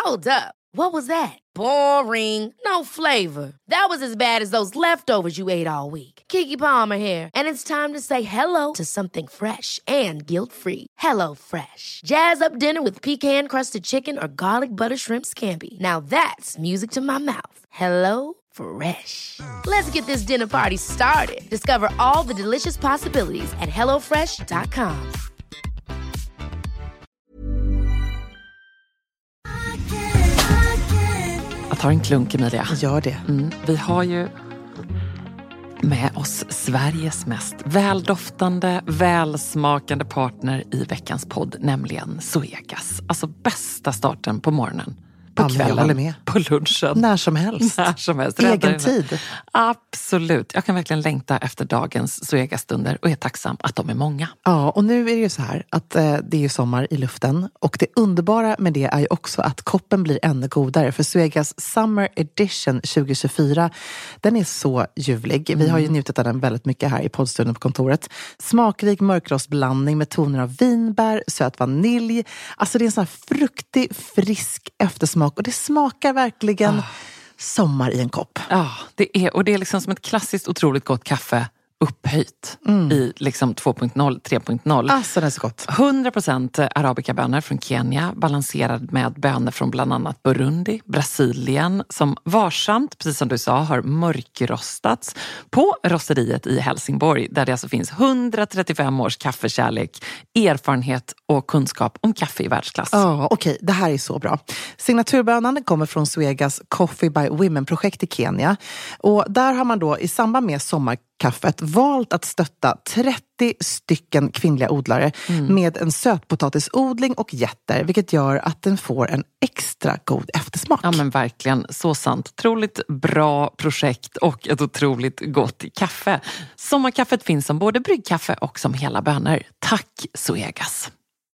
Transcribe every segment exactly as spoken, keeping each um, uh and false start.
Hold up. What was that? Boring. No flavor. That was as bad as those leftovers you ate all week. Keke Palmer here. And it's time to say hello to something fresh and guilt-free. Hello Fresh. Jazz up dinner with pecan-crusted chicken or garlic butter shrimp scampi. Now that's music to my mouth. Hello Fresh. Let's get this dinner party started. Discover all the delicious possibilities at hello fresh dot com. Jag tar en klunk, Emilia. Gör det. Mm. Vi har ju med oss Sveriges mest väldoftande, välsmakande partner i veckans podd, nämligen Zoegas. Alltså bästa starten på morgonen. På Ja, kvällen, på lunchen. När som helst. När som helst. Egen tid. Absolut. Jag kan verkligen längta efter dagens Zoegas-stunder och är tacksam att de är många. Ja, och nu är det ju så här att eh, det är ju sommar i luften. Och det underbara med det är ju också att koppen blir ännu godare. För Zoegas Summer Edition tjugo tjugofyra, den är så ljuvlig. Vi har ju njutit av den väldigt mycket här i poddstunden på kontoret. Smakrik mörkrostblandning med toner av vinbär, söt vanilj. Alltså det är en sån här fruktig, frisk eftersmak. Och det smakar verkligen oh. sommar i en kopp. Ja, det är, och det är liksom som ett klassiskt otroligt gott kaffe upphöjt mm. i liksom två punkt noll, tre punkt noll. Alltså det är så gott. hundra procent arabikabönor från Kenya, balanserad med bönor från bland annat Burundi, Brasilien, som varsamt, precis som du sa, har mörkrostats på rosteriet i Helsingborg, där det alltså finns hundratrettiofem års kaffekärlek, erfarenhet och kunskap om kaffe i världsklass. Ja, oh, okej. Okay. Det här är så bra. Signaturbönan kommer från Zoegas Coffee by Women-projekt i Kenya. Och där har man då i samband med sommarkaffet valt att stötta trettio stycken kvinnliga odlare mm. med en sötpotatisodling och jätter, vilket gör att den får en extra god eftersmak. Ja, men verkligen. Så sant. Otroligt bra projekt och ett otroligt gott kaffe. Sommarkaffet finns som både bryggkaffe och som hela bönor. Tack Zoegas!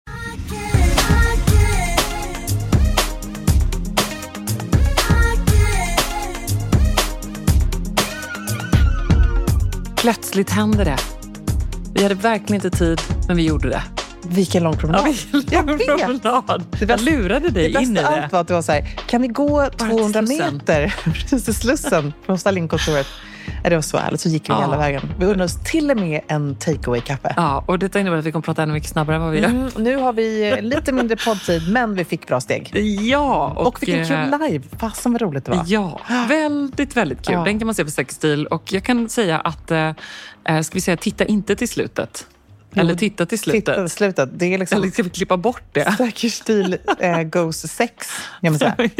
Plötsligt hände det. Vi hade verkligen inte tid, men vi gjorde det. Vilken lång promenad. Ja, vilken lång promenad. Det jag lurade dig det in i det. Allt var att du var så här, kan vi gå tvåhundra meter precis till Slussen från Stallinkontoret? Det var så ärligt, så gick vi ja. hela vägen. Vi undrar oss till och med en takeaway-kaffe. Ja, och detta innebär att vi kommer prata ännu mycket snabbare än vad vi gör. Mm, nu har vi lite mindre poddtid, men vi fick bra steg. Ja. Och, och vilken kul live. Fasen vad roligt det var. Ja, väldigt, väldigt kul. Ja. Den kan man se på Sexstil. Och jag kan säga att, äh, ska vi säga, titta inte till slutet. Eller titta till slutet. Titta till slutet. Det är liksom... Eller ska vi klippa bort det? Säker stil äh, goes sex. Jag måste säga.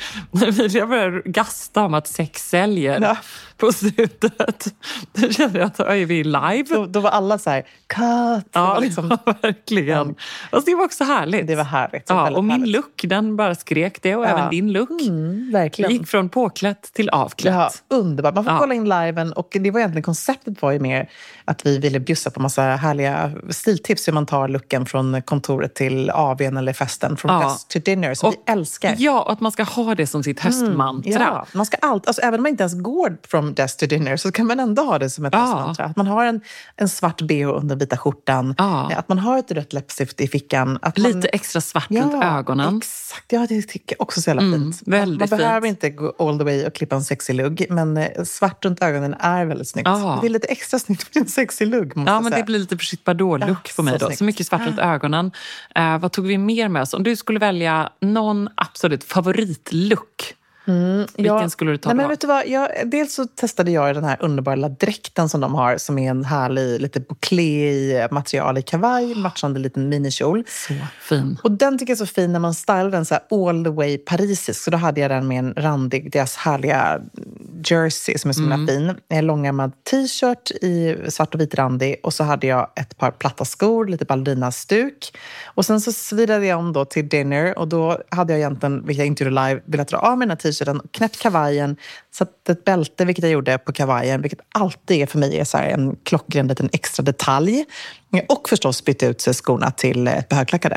Jag börjar gasta om att sex säljer ja. på slutet. Då kände jag att är vi live. Då, då var alla så här, cut. Ja, liksom... verkligen. Ja. Alltså, det var också härligt. Det var härligt. Ja, väldigt och min härligt. look, den bara skrek det. Och ja. även din look. Mm, verkligen. Det gick från påklätt till avklätt. Ja, underbart. Man får ja. kolla in liven. Och det var egentligen, konceptet var ju mer att vi ville bjussa på massa härliga stiltips hur man tar looken från kontoret till A V:n eller festen. Från ja. fest to dinner, som och, vi älskar. Ja, och att man ska ha det som sitt höstmantra. Mm, ja, man ska allt, alltså, även om man inte ens går från desk to dinner så kan man ändå ha det som ett ja. höstmantra. Att man har en, en svart bh under vita skjortan. Ja. Att man har ett rött läppstift i fickan. Att man, lite extra svart ja, runt ögonen. Exakt, ja, det tycker jag också så jävla mm, fint. Väldigt man fint. behöver inte gå all the way och klippa en sexig lugg, men svart runt ögonen är väldigt snyggt. Ja. Det är lite extra snyggt med en sexig lugg, måste Ja, jag men säga. det blir lite Brigitte Bardot-look ja, på mig då. Snyggt. Så mycket svart runt ögonen. Uh, vad tog vi mer med oss? Om du skulle välja någon absolut favoritlook, mm, vilken ja, skulle du ta nej, då? Men vet du vad? Jag, dels så testade jag den här underbara lilla dräkten som de har, som är en härlig, lite bouclé material i kavaj, matchande liten minikjol. Så fin. Och den tycker jag är så fin när man stylar den så här all the way parisisk. Så då hade jag den med en randig, deras härliga jersey som är så mm. fin. En långärmad t-shirt i svart och vit randig. Och så hade jag ett par platta skor, lite ballerina-stuk. Och sen så svidade jag om då till dinner. Och då hade jag egentligen, vilket jag inte gjorde live, velat dra av med den här t-shirten, knäppt kavajen, satt ett bälte, vilket jag gjorde på kavajen, vilket alltid är för mig är så här en klockren liten extra detalj. Och förstås bytte ut skorna till ett par högklackade.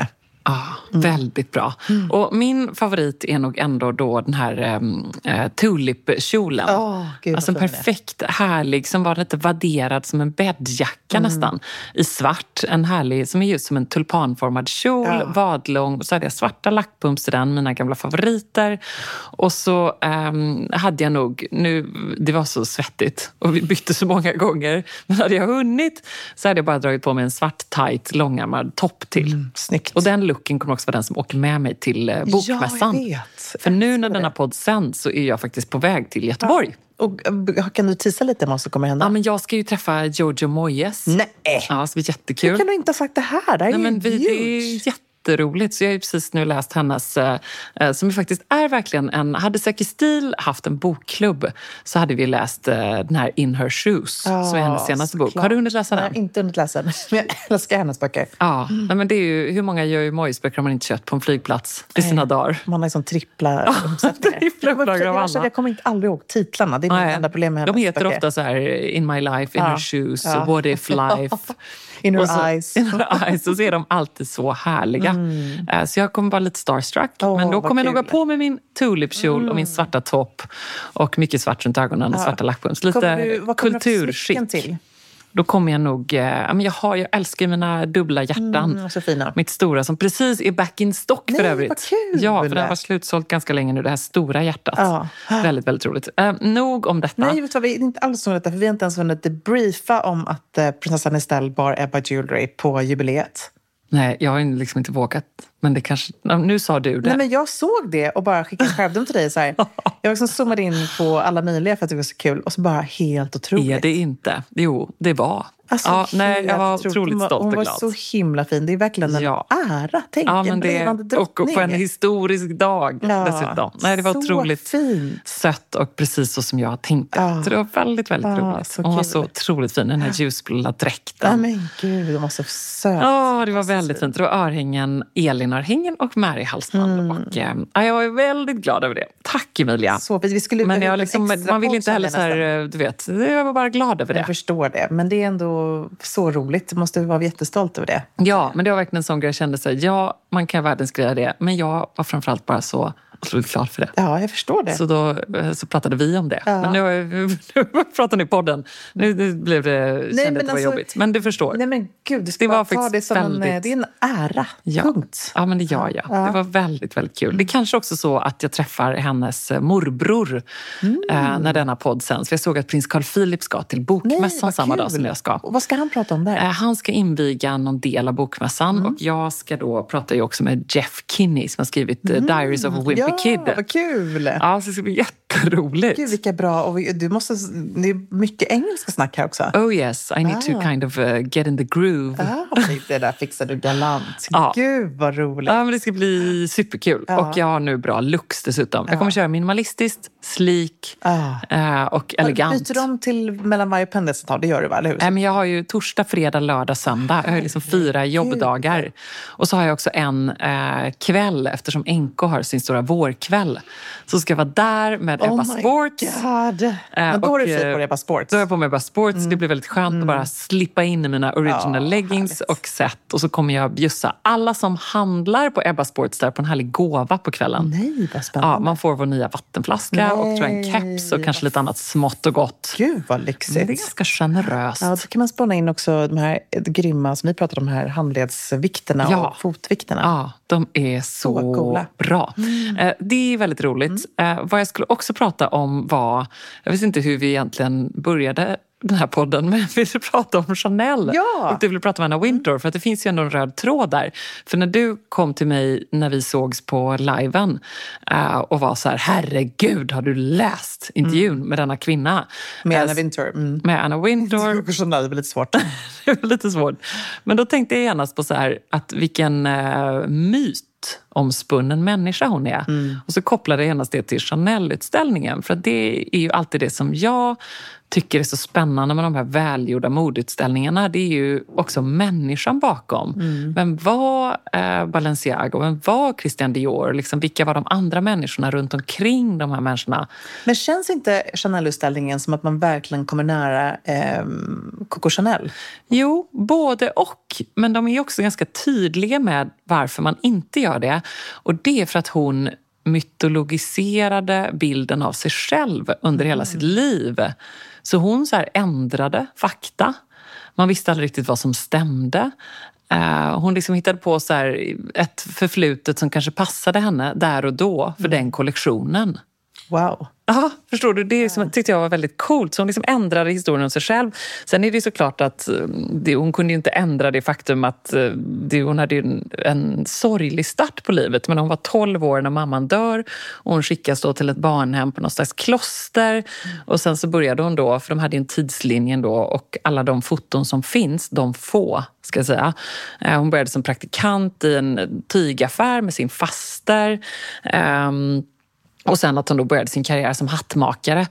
Ja, mm. väldigt bra. Mm. Och min favorit är nog ändå då den här äh, tulipkjolen. Oh, Gud, alltså en perfekt, härlig, som var lite vadderad som en bäddjacka mm. nästan. I svart, en härlig, som är just som en tulpanformad kjol, ja. vadlång. Och så hade jag svarta lackpumps i den, mina gamla favoriter. Och så ähm, hade jag nog, nu, det var så svettigt och vi bytte så många gånger. Men hade jag hunnit så hade jag bara dragit på mig en svart, tight, långärmad topp till. Mm, snyggt. Och den looken kommer också vara den som åker med mig till eh, bokmässan. Jag vet. För nu när denna podd sänds så är jag faktiskt på väg till Göteborg. Ja. Och kan du tisa lite om vad som kommer hända? Ja, men jag ska ju träffa Jojo Moyes. Nej! Ja, så det blir jättekul. Hur kan du inte ha sagt det här? Det är Nej, men vi, det är jätteroligt. Så jag har ju precis nu läst hennes, eh, som ju faktiskt är verkligen en... Hade Säker Stil haft en bokklubb så hade vi läst eh, den här In Her Shoes, ja, som är hennes senaste bok. Klart. Har du hunnit läsa den? Nej, inte hunnit läsa den. Men jag älskar hennes böcker. Ja, mm. Nej, men det är ju, hur många Jojo Moyes-böcker har man inte köpt på en flygplats i sina Nej. dagar? Man har liksom trippla uppsättningar. trippla upplagor av alla. Jag kommer inte aldrig ihåg titlarna. Det är mitt enda problem med hennes De heter böcker. ofta så här In My Life, In ja. Her Shoes, ja. What If Life. In Her så, Eyes. In Her Eyes. Och så är de alltid så härliga. Mm. Så jag kommer vara lite starstruck. Oh, men då kommer jag nog ha på med min tulipkjol mm. och min svarta topp. Och mycket svart runt ögonen och ja. svarta lackpumps. Lite kulturskick. Till? Då kommer jag nog... Eh, jag, har, jag älskar mina dubbla hjärtan. Mm, så fina. Mitt stora som precis är back in stock för Nej, övrigt. Vad kul. Ja, för det har varit slutsålt ganska länge nu. Det här stora hjärtat. Ja. Väldigt, väldigt roligt. Eh, nog om detta. Nej, vet du vad, vi är inte alls om detta. För vi har inte ens hunnit debriefa om att eh, prinsessan Estelle bar Ebba Jewelry på jubileet. Nej, jag har liksom inte vågat. Men det kanske... Nu sa du det. Nej, men jag såg det och bara skickade skärmdum till dig. Så här. Jag liksom zoomade in på alla möjliga för att det var så kul. Och så bara helt otroligt. Är det inte? Jo, det var. Alltså, ja, nej, jag var otroligt, otroligt stolt och glad. Hon var så himla fin. Det är verkligen en ja. ära. Tänk, ja, men en blivande drottning. Och på en historisk dag ja, dessutom. Nej, det var så otroligt fint. Sött och precis så som jag tänkte. Ja. Så det var väldigt, väldigt ja, roligt. Hon var så otroligt fin. Den här ljusblå dräkten. Ja, men gud, de var så söt. Ja, det var väldigt fint. Det var örhängen, Elin-örhängen och Mary halsband. Mm. Och, äh, jag är väldigt glad över det. Tack, Emilia. Så, vi skulle men jag liksom, man vill inte heller så här, du vet, jag var bara glad över det. Jag förstår det, men det är ändå så roligt. Du måste vara jättestolt över det. Ja, men det var verkligen en sån grej jag kände så här, ja, man kan världsgreja det, men jag var framförallt bara så otroligt glad för det. Ja, jag förstår det. Så då så pratade vi om det. Ja. Men nu, nu pratar ni i podden. Nu, nu blev det, nej, kände att det var alltså, jobbigt. Men du förstår. Nej men gud, du ska det bara var ta det som väldigt... en, det är en ära. Ja. Punkt. Ja, men det gör jag. Ja. Det var väldigt, väldigt kul. Det är kanske också så att jag träffar hennes morbror mm. eh, när denna podd sänds. För jag såg att prins Carl Philip ska till bokmässan samma dag som jag ska. Och vad ska han prata om där? Eh, han ska inviga någon del av bokmässan. Mm. Och jag ska då prata ju också med Jeff Kinney som har skrivit mm. Diaries of a Wimpy ja, Kid. Vad kul! Ja, så det ska bli jätteroligt. Gud, vilka bra. Och du måste, det är mycket engelska snack här också. Oh yes, I need ah. to kind of uh, get in the groove. Ah, det där fixar du galant. Ja. Gud, vad roligt. Ja, men det ska bli superkul. Ja. Och jag har nu bra looks dessutom. Ja. Jag kommer köra minimalistiskt, sleek ah. och elegant. Byter de till mellan varje pendelcental? Det gör du väl, eller hur? Nej, men jag har ju torsdag, fredag, lördag, söndag. Jag har liksom fyra jobbdagar. Gud. Och så har jag också en eh, kväll, eftersom N K har sin stora vårkväll. Så ska jag vara där med Ebba oh Sports. God. Men då har du fri på Ebba Sports. Då är jag på med Ebba Sports. Mm. Det blir väldigt skönt mm. att bara slippa in i mina original ja, leggings härligt. Och set. Och så kommer jag bjussa alla som handlar på Ebba Sports där på en härlig gåva på kvällen. Nej, vad spännande. Ja, man får vår nya vattenflaska Nej. Och tror jag en keps och kanske lite annat smått och gott. Gud, vad lyxigt. Men det är ganska generöst. Ja, då kan man spåna in också de här grymma, som vi pratade om, de här handledsvikterna ja. Och fotvikterna. Ja, de är så, så bra. Mm. Det är väldigt roligt. Mm. Vad jag skulle också prata om var, jag vet inte hur vi egentligen började den här podden, men vi ville prata om Chanel. Ja. Och du ville prata om Anna Wintour, mm. för att det finns ju ändå en röd tråd där. För när du kom till mig när vi sågs på liven uh, och var så här, herregud, har du läst intervjun mm. med denna kvinna? Med Anna Wintour. Mm. Med Anna Wintour. Det var lite svårt. Det var lite svårt. Men då tänkte jag genast på så här, att vilken uh, myt mytomspunnen människa hon är. Mm. Och så kopplade jag genast det till Chanel-utställningen. För att det är ju alltid det som jag tycker är så spännande med de här välgjorda modutställningarna. Det är ju också människan bakom. Mm. Vem var eh, Balenciaga? Vem var Christian Dior? Liksom, vilka var de andra människorna runt omkring de här människorna? Men känns inte Chanel-utställningen som att man verkligen kommer nära eh, Coco Chanel? Jo, både och. Men de är också ganska tydliga med varför man inte gör det. Och det är för att hon mytologiserade bilden av sig själv under hela mm. sitt liv. Så hon så här ändrade fakta. Man visste aldrig riktigt vad som stämde. Uh, hon liksom hittade på så här ett förflutet som kanske passade henne där och då för mm. den kollektionen. Wow. Ja, förstår du? Det som, tyckte jag var väldigt coolt. Så hon liksom ändrade historien om sig själv. Sen är det såklart att det, hon kunde ju inte ändra det faktum att det, hon hade en, en sorglig start på livet. Men hon var tolv år när mamman dör. Och hon skickas då till ett barnhem på något slags kloster. Mm. Och sen så började hon då, för de hade en tidslinje då. Och alla de foton som finns, de få ska jag säga. Hon började som praktikant i en tygaffär med sin faster. Um, Och sen att hon då började sin karriär som hattmakare.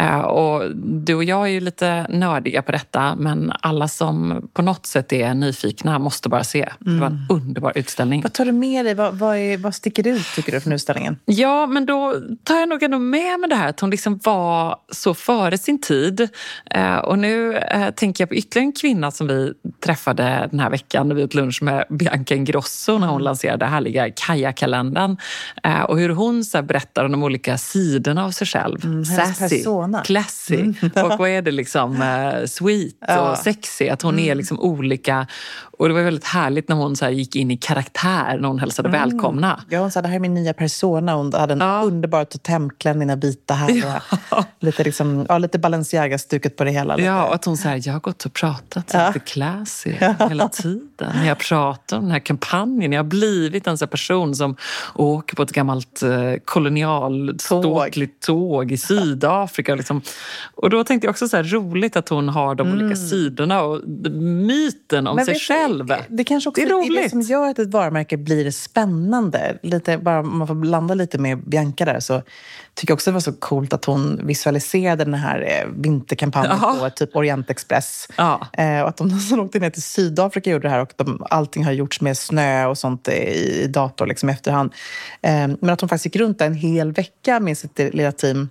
Och du och jag är ju lite nördiga på detta. Men alla som på något sätt är nyfikna måste bara se. Mm. Det var en underbar utställning. Vad tar du med dig? Vad, vad, är, vad sticker ut tycker du från utställningen? Ja, men då tar jag nog ändå med mig det här. Att hon liksom var så före sin tid. Och nu tänker jag på ytterligare en kvinna som vi träffade den här veckan. När vi åt lunch med Bianca Ingrosso när hon lanserade härliga Kaja-kalendern. Och hur hon så här berättar om de olika sidorna av sig själv. Mm, sassy, classy. Mm. Och vad är det liksom uh, sweet ja. och sexy. Att hon mm. är liksom olika. Och det var väldigt härligt när hon så här gick in i karaktär när hon hälsade mm. välkomna. Ja, hon sa det här är min nya persona. Hon hade en ja. underbar totemklänning i vita här. Ja. Lite, liksom, ja, lite Balenciaga-stuket på det hela. Lite. Ja, och att hon säger jag har gått och pratat ja. lite classy ja. hela tiden. När jag pratar om den här kampanjen. Jag har blivit en sån person som åker på ett gammalt eh, kolonial ståtligt tåg i Sydafrika. Liksom. Och då tänkte jag också så här roligt att hon har de mm. olika sidorna och myten om Men sig själv. Det kanske också det är, är det som gör att ett varumärke blir spännande. Lite, bara om man får blanda lite med Bianca där så tycker jag också det var så coolt att hon visualiserade den här vinterkampanjen ja. på typ Orient Express. Ja. Eh, och att de som åkte ner till Sydafrika gjorde det här och de, allting har gjorts med snö och sånt i, i dator liksom i efterhand. Eh, men att hon faktiskt gick runt en hel vecka med sitt lilla team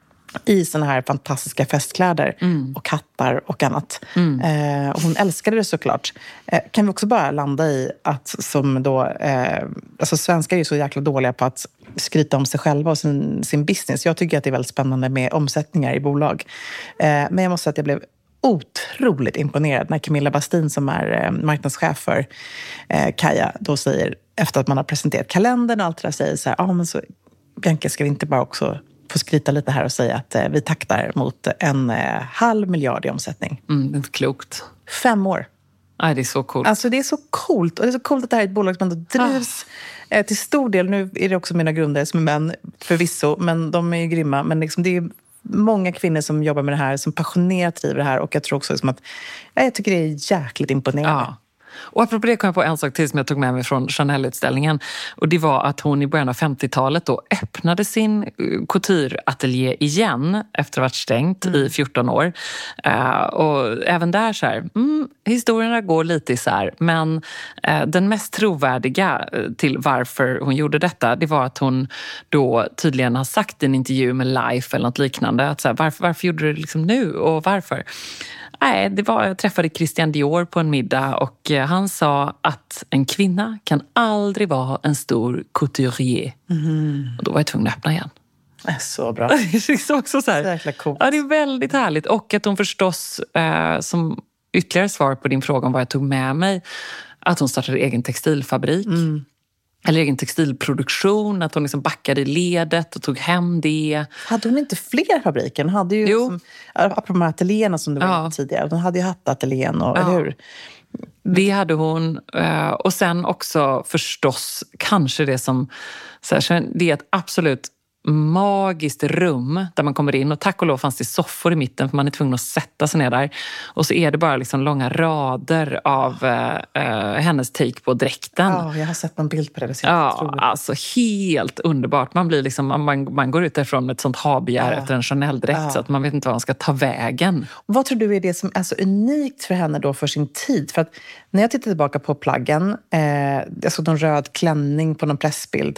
i såna här fantastiska festkläder mm. och hattar och annat. Mm. Eh, och hon älskade det såklart. Eh, kan vi också bara landa i att som då, eh, alltså svenskar är ju så jäkla dåliga på att skryta om sig själva och sin, sin business. Jag tycker att det är väldigt spännande med omsättningar i bolag. Eh, men jag måste säga att jag blev otroligt imponerad när Camilla Bastin som är eh, marknadschef för eh, Kaja då säger, efter att man har presenterat kalendern och allt det där, säger så här, ja ah, men så Bianca, ska vi inte bara också få skryta lite här och säga att eh, vi taktar mot en eh, halv miljard i omsättning. Mm, det är klokt. Fem år. Nej, det är så coolt. Alltså det är så coolt. Och det är så coolt att det här är ett bolag som ändå drivs ah. eh, till stor del. Nu är det också mina grundare som är män förvisso, men de är ju grymma. Men liksom det är många kvinnor som jobbar med det här, som passionerat driver det här. Och jag tror också liksom att, ja, jag tycker det är jäkligt imponerande. Ah. Och apropå det kom jag på en sak till som jag tog med mig från Chanel-utställningen. Och det var att hon i början av femtiotalet då öppnade sin couture-ateljé igen efter att ha varit stängt mm. i fjorton år. Uh, och även där så här, mm, historierna går lite isär. Men uh, den mest trovärdiga till varför hon gjorde detta, det var att hon då tydligen har sagt i en intervju med Life eller något liknande. Att så här, varför, varför gjorde du det liksom nu och varför? Nej, det var, jag träffade Christian Dior på en middag och han sa att en kvinna kan aldrig vara en stor couturier. Mm. Och då var jag tvungen att öppna igen. Så bra. Det är också så här. Så jäkla coolt. Ja, det är väldigt härligt. Och att hon förstås, eh, som ytterligare svar på din fråga om vad jag tog med mig, att hon startade egen textilfabrik. Mm. Eller egen textilproduktion, att hon liksom backade i ledet och tog hem det. Hade hon inte fler fabriker? Hon hade ju, liksom, apropå ateljéerna som du var ja. tidigare, hon hade ju hattateljén, och, ja. eller hur? Det hade hon. Och sen också förstås kanske det som, så här, det är ett absolut magiskt rum där man kommer in och tack och lov fanns det soffor i mitten för man är tvungen att sätta sig ner där. Och så är det bara liksom långa rader av uh, hennes take på dräkten. Ja, jag har sett en bild på det. Det ja, alltså helt underbart. Man blir liksom, man, man går ut därifrån med ett sånt habegär ja. efter en Chanel-dräkt ja. så att man vet inte vad man ska ta vägen. Vad tror du är det som är så unikt för henne då för sin tid? För att när jag tittar tillbaka på plaggen, eh, jag såg en röd klänning på någon pressbild.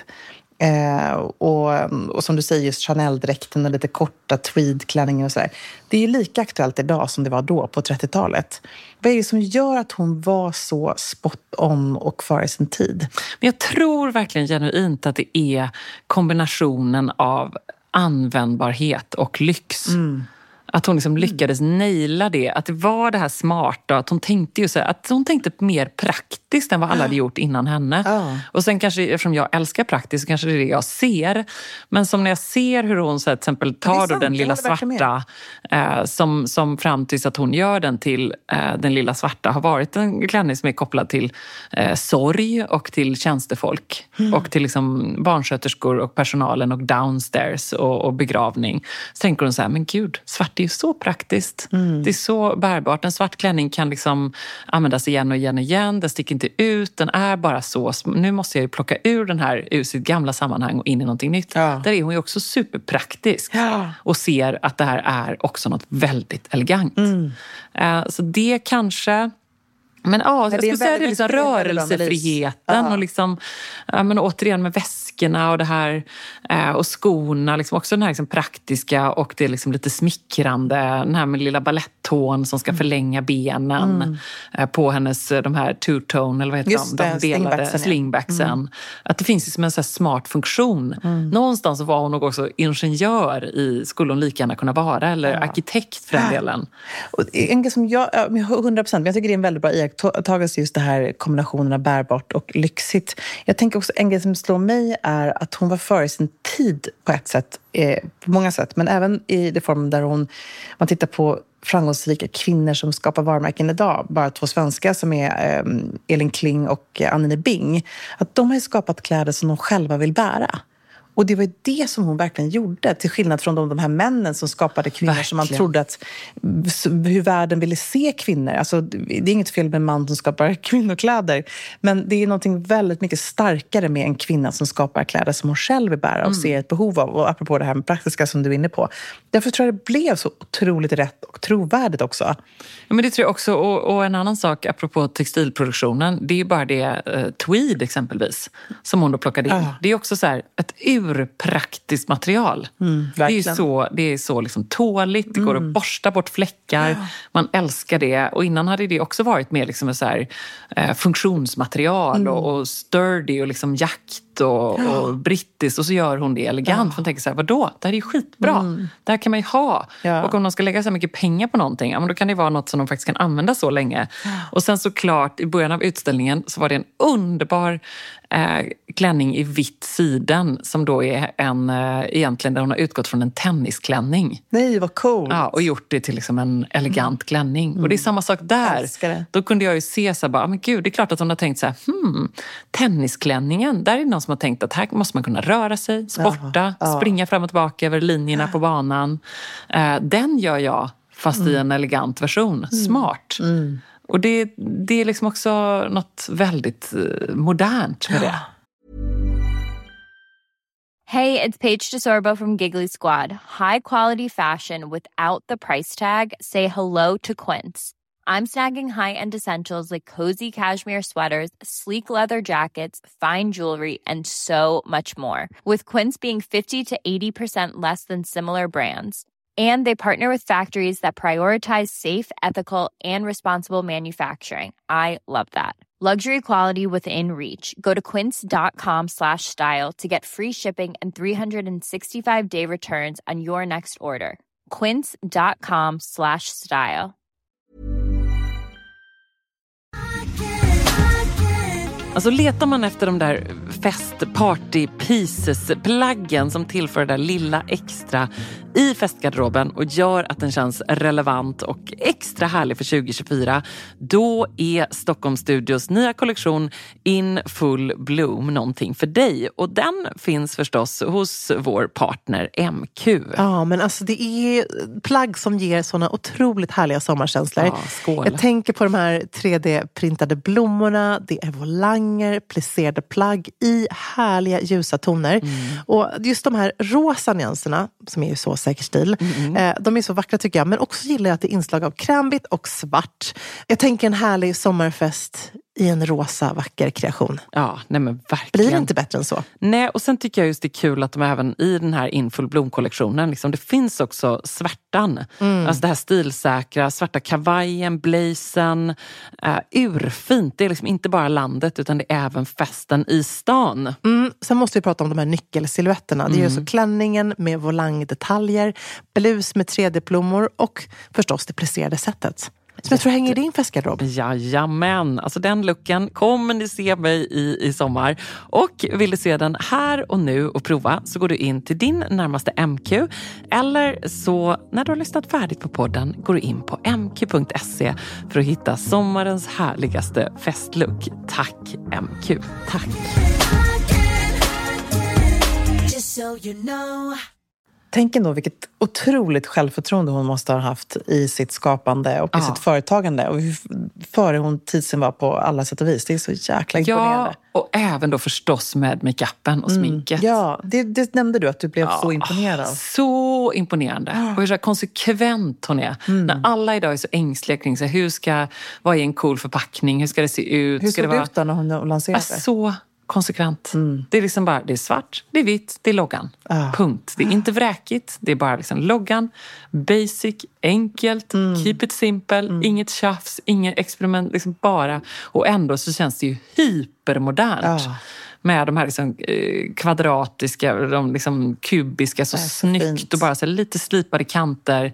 Eh, och, och som du säger, just Chanel-dräkten och lite korta tweedklänningar och sådär. Det är ju lika aktuellt idag som det var då på trettiotalet. Vad är det som gör att hon var så spot on och före sin tid? Men jag tror verkligen genuint att det är kombinationen av användbarhet och lyx. Mm. Att hon liksom lyckades naila det. Att det var det här smarta. Att hon tänkte ju så här, att hon tänkte mer praktiskt än vad alla hade gjort innan henne. Oh. Och sen kanske, eftersom jag älskar praktiskt, så kanske det är det jag ser. Men som när jag ser hur hon så här, till exempel tar då den lilla svarta eh, som, som fram tills att hon gör den till eh, den lilla svarta har varit en klänning som är kopplad till eh, sorg och till tjänstefolk. Mm. Och till liksom barnsköterskor och personalen och downstairs och, och begravning. Så tänker hon så här, men gud, svart det är ju så praktiskt. Mm. Det är så bärbart. En svart klänning kan liksom användas igen och igen och igen. Den sticker inte ut. Den är bara så. Nu måste jag ju plocka ur den här ur sitt gamla sammanhang och in i någonting nytt. Ja. Där är hon ju också superpraktisk. Ja. Och ser att det här är också något väldigt elegant. Mm. Uh, så det kanske... Men ja, jag skulle säga det är liksom rörelsefriheten ja. och liksom, ja, men återigen med väskorna och det här eh, och skorna, liksom också den här liksom praktiska och det är liksom lite smickrande, den här med lilla baletttån som ska förlänga benen mm. eh, på hennes, de här two-tone, eller vad heter Just de? De delade slingbacksen. Mm. Att det finns liksom en så här smart funktion. Mm. Någonstans var hon nog också ingenjör i, skulle hon lika gärna kunna vara, eller ja. arkitekt för den ja. delen. Och en grej som jag, hundra procent, men jag tycker det är en väldigt bra iakttagelse just det här kombinationen av bärbart och lyxigt. Jag tänker också en grej som slår mig är att hon var före sin tid på ett sätt, eh, på många sätt, men även i det form där hon, man tittar på framgångsrika kvinnor som skapar varumärken idag, bara två svenska som är eh, Elin Kling och Anneli Bing, att de har skapat kläder som de själva vill bära. Och det var det som hon verkligen gjorde, till skillnad från de, de här männen som skapade kvinnor verkligen. Som man trodde att hur världen ville se kvinnor. Alltså, det är inget fel med en man som skapar kvinnokläder, men det är någonting väldigt mycket starkare med en kvinna som skapar kläder som hon själv vill bära och mm. ser ett behov av. Och apropå det här med praktiska som du är inne på. Därför tror jag det blev så otroligt rätt och trovärdigt också. Ja, men det tror jag också. Och, och en annan sak apropå textilproduktionen, det är ju bara det uh, tweed exempelvis som hon då plockade in. Uh. Det är också så här ett urpraktiskt material. Mm, det är ju så, det är så liksom tåligt, det går mm. att borsta bort fläckar, ja. Man älskar det. Och innan hade det också varit mer liksom så här, eh, funktionsmaterial mm. och, och sturdy och liksom jakt och, ja. och brittiskt, och så gör hon det elegant. Ja. Man tänker så här, vadå? Det här är ju skitbra. Mm. Det här kan man ju ha. Ja. Och om de ska lägga så mycket pengar på någonting, ja, men då kan det vara något som de faktiskt kan använda så länge. Ja. Och sen såklart, i början av utställningen så var det en underbar eh, klänning i vitt siden som då är en, eh, egentligen där hon har utgått från en tennisklänning. Nej, vad coolt. Ja, och gjort det till liksom en elegant mm. klänning. Mm. Och det är samma sak där. Då kunde jag ju se så här, bara, men gud, det är klart att hon har tänkt så här, hmm, tennisklänningen, där är det någon som har tänkt att här måste man kunna röra sig, sporta, ja, springa fram och tillbaka över linjerna ja. på banan. Eh, den gör jag, fast mm. i en elegant version. Smart. Mm. Mm. Och det, det är liksom också något väldigt uh, modernt med det. Hey, it's Paige DeSorbo from Giggly Squad. High quality fashion without the price tag. Say hello to Quince. I'm snagging high-end essentials like cozy cashmere sweaters, sleek leather jackets, fine jewelry, and so much more. With Quince being fifty to eighty percent less than similar brands. And they partner with factories that prioritize safe, ethical, and responsible manufacturing. I love that. Luxury quality within reach. Go to quince.com slash style to get free shipping and three sixty-five day returns on your next order. Quince.com slash style. Alltså letar man efter de där fest party pieces plaggen som tillför det där lilla extra i festgarderoben och gör att den känns relevant och extra härlig för tjugo tjugofyra, då är Stockholm Studios nya kollektion In Full Bloom någonting för dig. Och den finns förstås hos vår partner M Q. Ja, men alltså det är plagg som ger såna otroligt härliga sommarkänslor. Ja, skål. Jag tänker på de här tre D-printade blommorna, det är volanger, plisserade plagg i härliga ljusa toner. Mm. Och just de här rosa nyanserna, som är ju så säker stil, mm. eh, de är så vackra tycker jag. Men också gillar jag att det är inslag av krämvitt och svart. Jag tänker en härlig sommarfest i en rosa vacker kreation. Ja, nej men verkligen. Blir det inte bättre än så? Nej, och sen tycker jag just det är kul att de även i den här In Full Bloom-kollektionen, liksom, det finns också svärtan. Mm. Alltså det här stilsäkra, svarta kavajen, blazen, uh, urfint. Det är liksom inte bara landet utan det är även festen i stan. Mm. Sen måste vi prata om de här nyckelsilhuetterna. Mm. Det är ju så klänningen med volangdetaljer, blus med tre D-plommor och förstås det plisserade sättet. Som jag tror hänger i din festgarderob. Jajamän, alltså den looken kommer ni se mig i i sommar. Och vill du se den här och nu och prova så går du in till din närmaste M Q. Eller så när du har lyssnat färdigt på podden går du in på m q punkt se för att hitta sommarens härligaste festlook. Tack M Q. Tack. Tänk ändå vilket otroligt självförtroende hon måste ha haft i sitt skapande och i ja. sitt företagande. Och hur före hon tidsen var på alla sätt och vis. Det är så jäkla imponerande. Ja, och även då förstås med make-upen och sminket. Mm. Ja, det, det nämnde du att du blev ja, så imponerad. Så imponerande. Och hur så konsekvent hon är. Mm. När alla idag är så ängsliga kring sig. Hur ska, vad är en cool förpackning? Hur ska det se ut? Hur ska såg det det vara ut då när hon lanserade? Ja, så konsekvent. Mm. Det är liksom bara, det är svart, det är vitt, det är loggan. Ah. Punkt. Det är inte vräkigt, det är bara liksom loggan, basic, enkelt, mm. keep it simple, mm. inget tjafs, inget experiment, liksom bara. Och ändå så känns det ju hypermodernt. Ah. Med de här liksom, eh, kvadratiska, de liksom kubiska, så, så snyggt fint. Och bara så lite slipade kanter.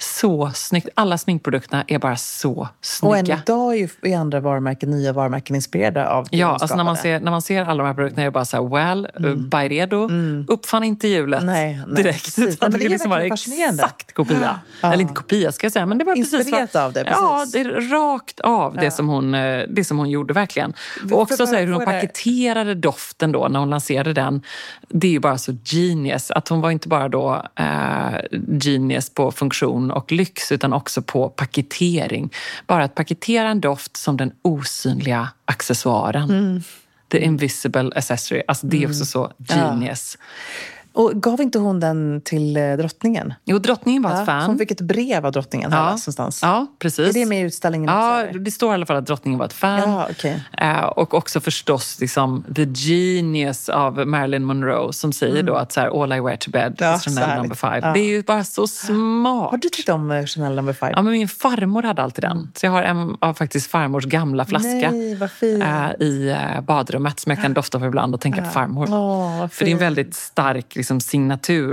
Så snyggt. Alla sminkprodukterna är bara så snygga. Och en dag är ju andra varumärken, nya varumärken inspirerade av det. Ja, alltså när man, ser, när man ser alla de här produkterna är det bara så här, well, mm. Byredo mm. uppfann inte hjulet nej, nej, direkt. Nej, men det är liksom bara exakt kopia. Ja. Eller inte kopia ska jag säga, men det var inspirerat precis vad, av det. Precis. Ja, det är rakt av ja. det, som hon, det som hon gjorde verkligen. Och också så här, hur hon paketerade doften då när hon lanserade den. Det är ju bara så genius. Att hon var inte bara då eh, genius på funktion och lyx utan också på paketering. Bara att paketera en doft som den osynliga accessoaren. Mm. The invisible accessory. Alltså det är också så genius. Ja. Och gav inte hon den till drottningen? Jo, drottningen var ett ja, fan. Hon fick ett brev av drottningen här ja. någonstans. Ja, precis. Är det med i utställningen? Ja, också, det står i alla fall att drottningen var ett fan. Ja, okay. uh, och också förstås liksom, the genius av Marilyn Monroe som säger mm. då att så här, all I wear to bed ja, is Chanel number five. Ja. Det är ju bara så smart. Har du tyckt om Chanel number five? Ja, men min farmor hade alltid den. Så jag har en av faktiskt farmors gamla flaska. Nej, vad fint. Uh, i uh, badrummet som jag kan dofta på ibland och tänka ja. på farmor. Oh, för det är en väldigt stark liksom, signatur.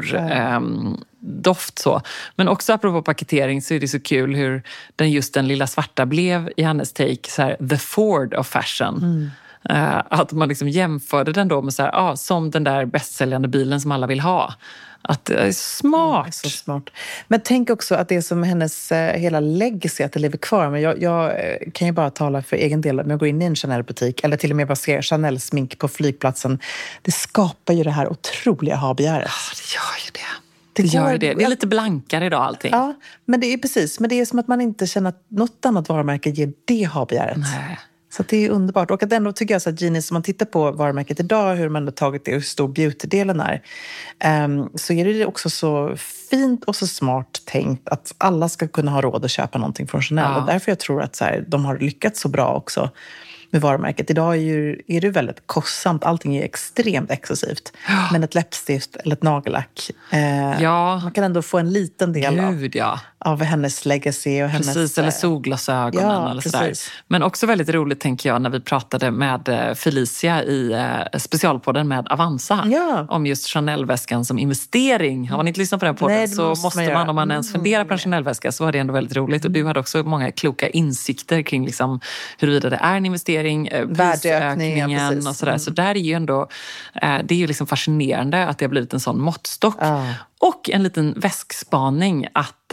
Um, doft så. Men också apropå paketering så är det så kul hur den just den lilla svarta blev i hennes take så här, the Ford of fashion. Mm. Uh, att man liksom jämförde den då med så här, ah, som den där bästsäljande bilen som alla vill ha. Att det är smart. Ja, så smart. Men tänk också att det är som hennes eh, hela legacy att det lever kvar. Men jag, jag kan ju bara tala för egen del. Om jag går in i en Chanel-butik eller till och med bara ser Chanel-smink på flygplatsen. Det skapar ju det här otroliga ha-begäret. Ja, det gör ju det. Det, det gör det. Det är lite blankare idag allting. Ja, men det är precis. Men det är som att man inte känner att något annat varumärke ger det ha-begäret. Nej. Så det är underbart. Och att ändå tycker jag så att Genius, om man tittar på varumärket idag, hur man har tagit det och hur stor beauty-delen är, um, så är det också så fint och så smart tänkt att alla ska kunna ha råd att köpa någonting från Chanel. Ja. Och därför jag tror att så här, de har lyckats så bra också med varumärket. Idag är, ju, är det väldigt kostsamt. Allting är extremt exklusivt. Ja. Men ett läppstift eller ett nagellack, eh, ja. man kan ändå få en liten del Gud, ja. av, av hennes legacy. Och hennes, precis, eller solglasögonen. Ja, eller sådär. Men också väldigt roligt tänker jag när vi pratade med Felicia i eh, specialpodden med Avanza. Ja. Om just Chanel-väskan som investering. Har man inte lyssnat på den podden Nej, så måste, måste man, man om man ens funderar på en Chanel-väska så var det ändå väldigt roligt. Och du hade också många kloka insikter kring liksom, huruvida det är en investering inflering, ja. prisökningen ja, och sådär. Mm. Så där är ju ändå, det är ju liksom fascinerande att det har blivit en sån måttstock. Ja. Och en liten väskspaning att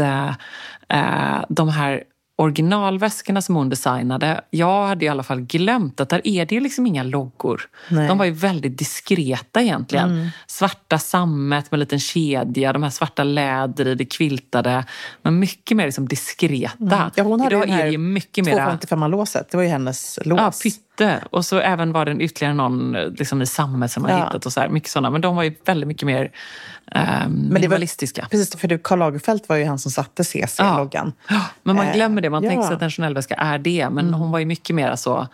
äh, de här originalväskorna som hon designade, jag hade i alla fall glömt att där är det ju liksom inga loggor. Nej. De var ju väldigt diskreta egentligen. Mm. Svarta sammet med en liten kedja, de här svarta läder i det kviltade, men mycket mer liksom diskreta. Mm. Ja, hon hade Idag ju den här är det ju mycket mer tvåhundrafemtiolåset, det var ju hennes lås. Ja, pytte. Och så även var det ytterligare någon liksom i sammet som man ja. hittat och så här, mycket sådana. Men de var ju väldigt mycket mer um, minimalistiska. Precis, för Karl Lagerfeld var ju han som satte C C-loggan. Ja. Men man glömmer det, man ja. tänker sig att en Chanel-väska är det. Men mm. hon var ju mycket mer så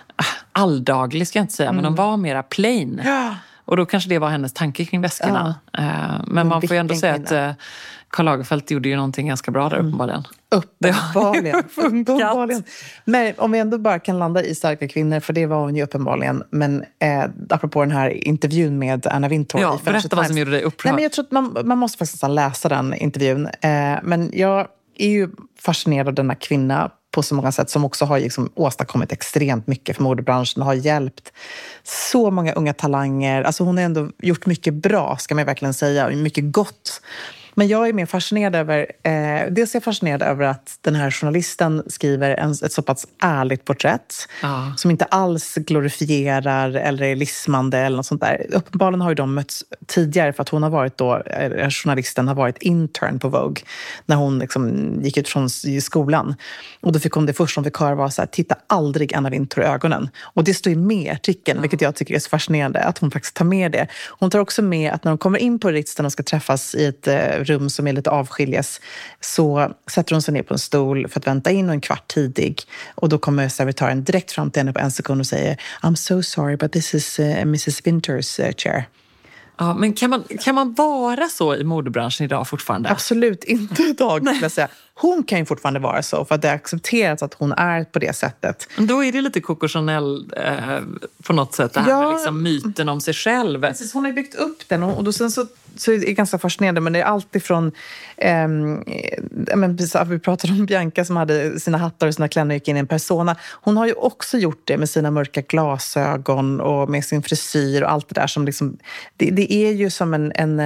alldaglig ska jag inte säga, mm. men de var mera plain. Ja. Och då kanske det var hennes tanke kring väskorna. Ja. Uh, men, men man får ju ändå säga kvinna. att uh, Karl Lagerfeld gjorde ju någonting ganska bra där uppenbarligen. Uppenbarligen. uppenbarligen. Men om vi ändå bara kan landa i starka kvinnor, för det var hon ju uppenbarligen. Men eh, apropå den här intervjun med Anna Wintour. Ja, berätta vad som gjorde dig upprörd. Nej, men jag tror att man, man måste faktiskt läsa den intervjun. Eh, men jag är ju fascinerad av denna kvinna på så många sätt, som också har liksom åstadkommit extremt mycket för modebranschen och har hjälpt så många unga talanger. Alltså hon har ändå gjort mycket bra, ska man verkligen säga, mycket gott. Men jag är mer fascinerad över, eh, dels är jag fascinerad över att den här journalisten skriver en, ett så pass ärligt porträtt ja. som inte alls glorifierar eller är lismande eller något sånt där. Uppenbarligen har ju de mötts tidigare, för att hon har varit då, eh, journalisten har varit intern på Vogue när hon liksom gick ut från skolan. Och då fick hon det först som fick höra var så här: titta aldrig Anna Wintour i ögonen. Och det står ju med i artikeln, ja. vilket jag tycker är så fascinerande att hon faktiskt tar med det. Hon tar också med att när de kommer in på Ritzton och ska träffas i ett eh, rum som är lite avskiljes, så sätter hon sig ner på en stol för att vänta in, och en kvart tidig. Och då kommer servitören direkt fram till henne på en sekund och säger: I'm so sorry, but this is uh, missus Winters uh, chair. Ja, men kan man, kan man vara så i modebranschen idag fortfarande? Absolut inte idag, skulle jag säga. Hon kan ju fortfarande vara så, för att det är accepterat att hon är på det sättet. Då är det lite Coco Chanel eh, på något sätt, det här ja. med liksom myten om sig själv. Precis, hon har ju byggt upp den, och då sen så, så är det ganska fascinerande, men det är alltid från eh, men, vi pratade om Bianca som hade sina hattar och sina klänningar och gick in i en persona. Hon har ju också gjort det med sina mörka glasögon och med sin frisyr och allt det där som liksom, det, det är ju som en, en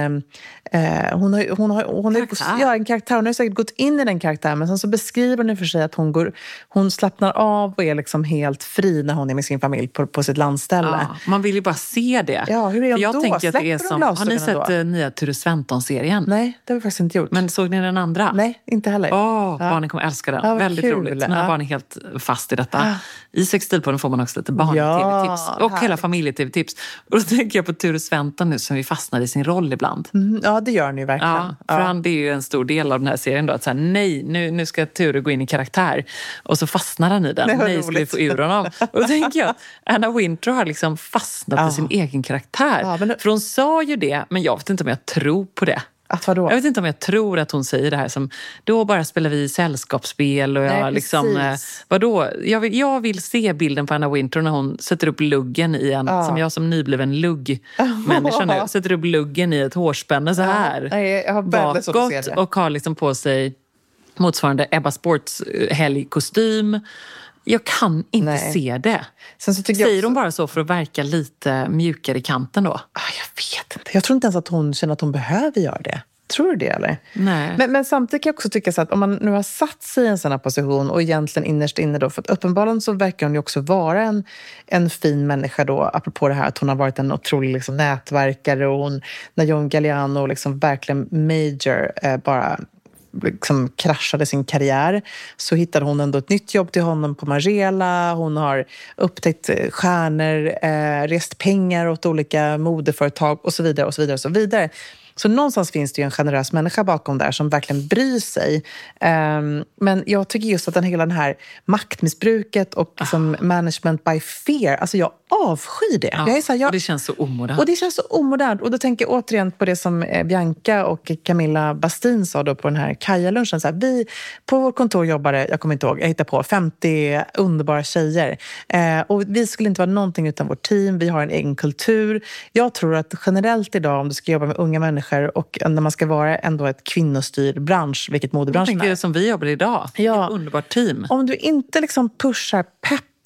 eh, hon har, hon har, hon är, ja, en karaktär. Hon har säkert gått in i den karaktären, men sen så beskriver hon för sig att hon går, hon slappnar av och är liksom helt fri när hon är med sin familj på, på sitt landställe. Ja, man vill ju bara se det. Ja, hur är för jag då? tänker att det är som, har ni sett då? nya Ture Sventon-serien? Nej, det har vi faktiskt inte gjort. Men såg ni den andra? Nej, inte heller. Åh, oh, ja. barnen kommer älska den. Ja, väldigt kul. roligt. Mina ja. barn är helt fast i detta. Ja. I Sextilpodden får man också lite barn-tv-tips. Ja, och här. hela familje-tv-tips. Och då tänker jag på Ture Sventon nu som vi fastnar i sin roll ibland. Mm, ja, det gör han ju verkligen. Ja, för ja. han, det är ju en stor del av den här serien då. Att säga, nej, nu, nu ska Ture gå in i karaktär. Och så fastnar han i den. Nej, nej ska vi få ur honom. Och då tänker jag, Anna Wintour har liksom fastnat ja. i sin egen karaktär. Ja, men... För hon sa ju det, men jag vet inte om jag tror på det. Att vadå? Jag vet inte om jag tror att hon säger det här som, då bara spelar vi sällskapsspel och jag Nej, liksom, eh, vadå? Jag vill, jag vill se bilden på Anna Wintour när hon sätter upp luggen i en, ja. som jag som nybliven lugg-människa nu, sätter upp luggen i ett hårspänne så här. Ja. Nej, jag har bakåt och har liksom på sig motsvarande Ebba Sports helgkostym. Jag kan inte Nej. se det. Sen så Säger också... hon bara så för att verka lite mjukare i kanten då? Ah, jag vet inte. Jag tror inte ens att hon känner att hon behöver göra det. Tror du det eller? Nej. Men, men samtidigt kan jag också tycka så att om man nu har satt sig i en sån här position och egentligen innerst inne då, för att uppenbarligen så verkar hon ju också vara en, en fin människa då, apropå det här att hon har varit en otrolig liksom, nätverkare, och hon, när John Galliano liksom verkligen major eh, bara liksom kraschade sin karriär, så hittade hon ändå ett nytt jobb till honom på Margiela. Hon har upptäckt stjärnor, eh, rest pengar åt olika modeföretag och så vidare och så vidare och så vidare. Så någonstans finns det ju en generös människa bakom där som verkligen bryr sig. Um, men jag tycker just att den hela den här maktmissbruket och liksom ah. management by fear, alltså jag avskyr det. Ja, jag är så här, jag, och det känns så omodernt. Och det känns så omodernt. Och då tänker jag återigen på det som Bianca och Camilla Bastin sa då på den här Kaja-lunchen. Så här, vi på vårt kontor jobbade, jag kommer inte ihåg, jag hittar på femtio underbara tjejer. Eh, och vi skulle inte vara någonting utan vårt team. Vi har en egen kultur. Jag tror att generellt idag, om du ska jobba med unga människor och när man ska vara ändå ett kvinnostyrd bransch, vilket modebranschen är. Jag tänker som vi jobbar idag. Ja. Ett underbart team. Om du inte liksom pushar pepp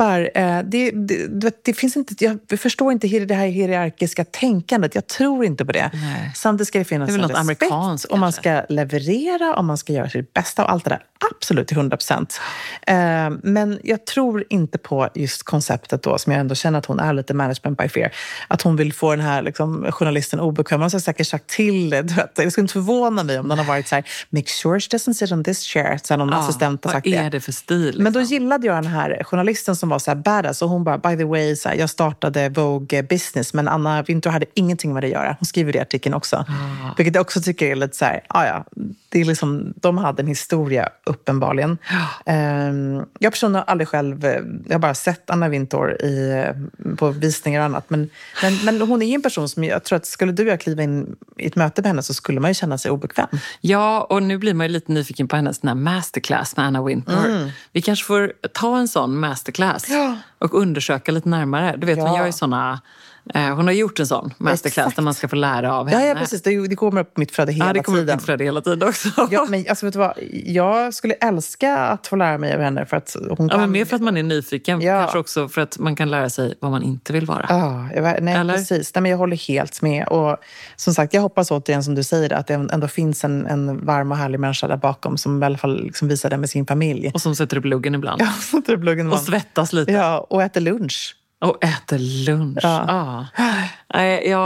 peppar. Eh, det, det, det, det finns inte, jag förstår inte det här hierarkiska tänkandet. Jag tror inte på det. Nej. Samtidigt ska det finnas det är väl en något respekt. amerikanskt, om man ska leverera, om man ska göra sitt bästa och allt det där. Absolut till hundra procent. Eh, men jag tror inte på just konceptet då, som jag ändå känner att hon är lite management by fear. Att hon vill få den här liksom, journalisten obekväm. Man har säkert sagt till det. Det skulle inte förvåna mig om den har varit så här, make sure she doesn't sit on this chair. Så någon ja, assistent har sagt det. Vad är det för stil? Liksom? Men då gillade jag den här journalisten som var så här badass. Och hon bara, by the way, så här, jag startade Vogue Business. Men Anna Wintour hade ingenting med det att göra. Hon skriver det i artikeln också. Ah. Vilket jag också tycker är lite så här, ah, ja, det är liksom, de hade en historia uppenbarligen. Ah. Um, jag personligen har aldrig själv, jag har bara sett Anna Wintour i, på visningar och annat. Men, men, men hon är ju en person som jag tror att skulle du och jag kliva in i ett möte med henne så skulle man ju känna sig obekväm. Ja, och nu blir man ju lite nyfiken på hennes den här masterclass med Anna Wintour. Mm. Vi kanske får ta en sån masterclass ja. och undersöka lite närmare. Du vet, ja. hon gör ju såna... Hon har gjort en sån masterclass Exakt. där man ska få lära av henne. Ja, ja precis. Det, det kommer upp på mitt flöde hela tiden. Ja, det kommer tiden. upp på mitt flöde hela tiden också. Ja, men alltså, vet du vad? Jag skulle älska att få lära mig av henne för att hon kan... Ja, men mer för att man är nyfiken. Ja. Kanske också för att man kan lära sig vad man inte vill vara. Ja, jag, nej, Eller? precis. Nej, men jag håller helt med. Och som sagt, jag hoppas återigen som du säger att det ändå finns en, en varm och härlig människa där bakom som i alla fall liksom visar det med sin familj. Och som sätter upp luggen ibland. Ja, sätter upp luggen ibland. Och svettas lite. Ja, och äter lunch. Och äter lunch. Ja. Ah.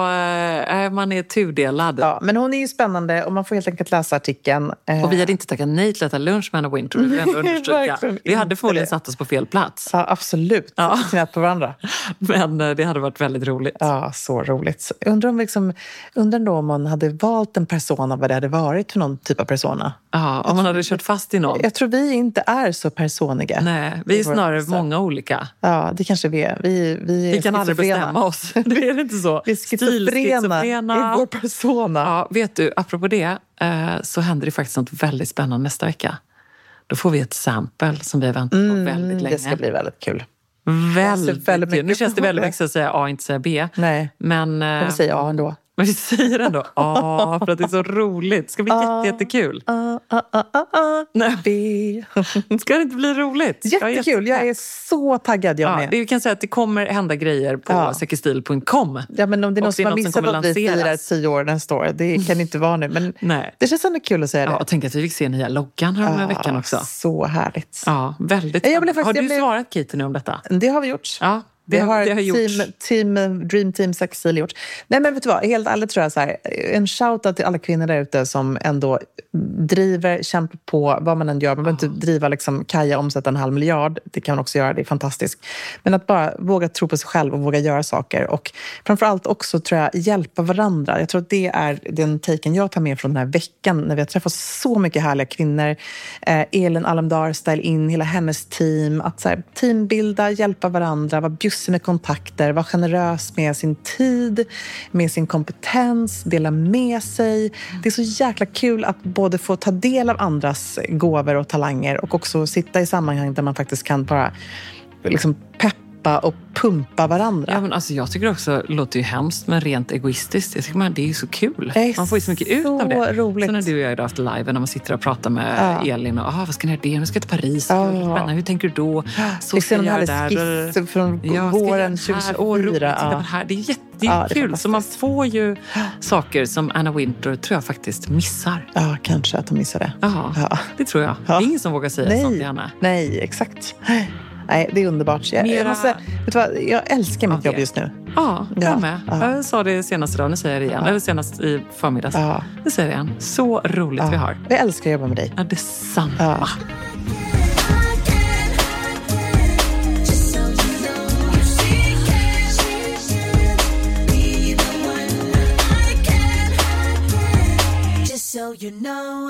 Ja, man är tudelad. Ja, men hon är ju spännande och man får helt enkelt läsa artikeln. Och vi hade inte tackat nej till att äta lunch med Anna Wintour. Vi, ändå understryka. vi hade förmodligen satt oss på fel plats. Ja, absolut. Ja. Knät på varandra. Men det hade varit väldigt roligt. Ja, så roligt. Undrar om, liksom, undrar då om man hade valt en persona, vad det hade varit för någon typ av persona. Ja, om man hade kört fast i någon. Jag tror vi inte är så personiga. Nej, vi är snarare många olika. Ja, det kanske vi är. Vi Vi, vi kan aldrig bestämma oss. Det är inte så. Vi är schizofrena i vår persona. Ja, vet du, apropå det så händer det faktiskt något väldigt spännande nästa vecka. Då får vi ett sample som vi har väntat på mm, väldigt länge. Det ska bli väldigt kul. Väldigt, väldigt kul. Nu känns det väldigt mycket att säga A, inte säga B. Nej, men jag vill säga A ändå. Men vi säger ändå A för att det är så roligt. Det ska bli A, jätte, jättekul. A, A, A, A, A, Nej. B. Ska det inte bli roligt? Jättekul, jag är så taggad jag ja, med. Det, vi kan säga att det kommer hända grejer på ja. säkerstil punkt com. Ja, men om det är någon som har missat att vi firar tio år nästa år, det kan inte vara nu. Men Nej. det känns ändå kul att säga det. Ja, och tänk att vi fick se nya loggan här den här ja, veckan också. Så härligt. Ja, väldigt. Jag blev faktiskt, har du jag blev... svarat Katie nu om detta? Det har vi gjort. Ja. Det, det har, det har team, team, Dream Team Saxil gjort. Nej, men vet du vad? Helt ärligt tror jag så här, en shoutout till alla kvinnor där ute som ändå driver, kämpar på vad man än gör. Man behöver inte driva liksom Kaja omsätta en halv miljard. Det kan man också göra, det är fantastiskt. Men att bara våga tro på sig själv och våga göra saker. Och framförallt också tror jag hjälpa varandra. Jag tror att det är den taken jag tar med från den här veckan när vi har träffat så mycket härliga kvinnor. Eh, Elin Alamdar, Style In, hela hennes team. Att så här, teambilda, hjälpa varandra, vara bjussig med kontakter, vara generös med sin tid, med sin kompetens, dela med sig. Det är så jäkla kul att både få ta del av andras gåvor och talanger och också sitta i sammanhang där man faktiskt kan bara liksom peppa och pumpa varandra. Ja, men alltså jag tycker också, det låter ju hemskt men rent egoistiskt. Jag tycker man, det är ju så kul. Är man får ju så mycket ut av det. Roligt. Så när du och jag har haft live, när man sitter och pratar med ja. Elin och ah, vad ska ni göra det? Nu ska jag till Paris. Ja. Spännande. Hur tänker du då? Så ska jag göra där. Skiss från ja, våren tjugofyra. Ja. Här. Det är jättekul. Ja, så man får ju saker som Anna Wintour tror jag faktiskt missar. Ja, kanske att hon missar det. Ja, ja. Det tror jag. Ja. Det är ingen som vågar säga Nej. sånt till Anna. Nej, exakt. Nej, det är underbart. Jag, Mera... jag, måste, vet du vad, jag älskar mitt okay. jobb just nu. Ja, jag ja. med. Ja. Jag sa det senast idag, nu säger jag det igen. Ja. Eller senast i förmiddags. Ja. Nu säger jag det igen. Så roligt ja. vi har. Jag älskar att jobba med dig. Ja, detsamma. Ja. So you know.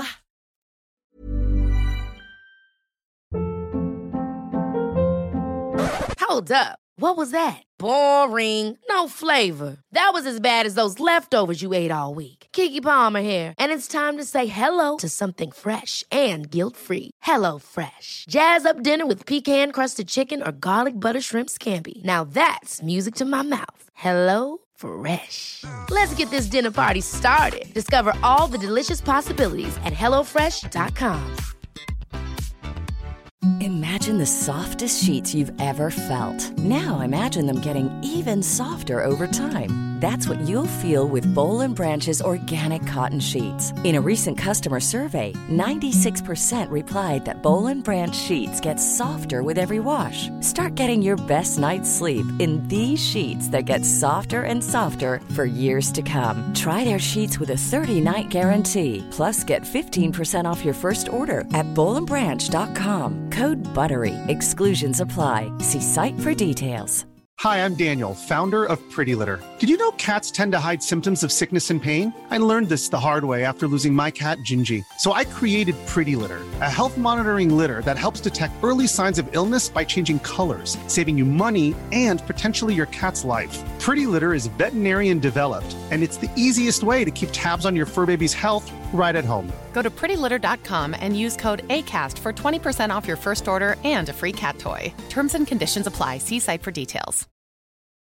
Hold up. What was that? Boring. No flavor. That was as bad as those leftovers you ate all week. Keke Palmer here, and it's time to say hello to something fresh and guilt-free. Hello Fresh. Jazz up dinner with pecan-crusted chicken or garlic butter shrimp scampi. Now that's music to my mouth. Hello Fresh. Let's get this dinner party started. Discover all the delicious possibilities at hello fresh dot com. Imagine the softest sheets you've ever felt. Now imagine them getting even softer over time. That's what you'll feel with Boll and Branch's organic cotton sheets. In a recent customer survey, ninety-six percent replied that Boll and Branch sheets get softer with every wash. Start getting your best night's sleep in these sheets that get softer and softer for years to come. Try their sheets with a thirty-night guarantee. Plus, get fifteen percent off your first order at boll and branch dot com. Code BUTTERY. Exclusions apply. See site for details. Hi, I'm Daniel, founder of Pretty Litter. Did you know cats tend to hide symptoms of sickness and pain? I learned this the hard way after losing my cat, Gingy. So I created Pretty Litter, a health monitoring litter that helps detect early signs of illness by changing colors, saving you money and potentially your cat's life. Pretty Litter is veterinarian developed, and it's the easiest way to keep tabs on your fur baby's health right at home. Go to pretty litter dot com and use code ACAST for twenty percent off your first order and a free cat toy. Terms and conditions apply. See site for details.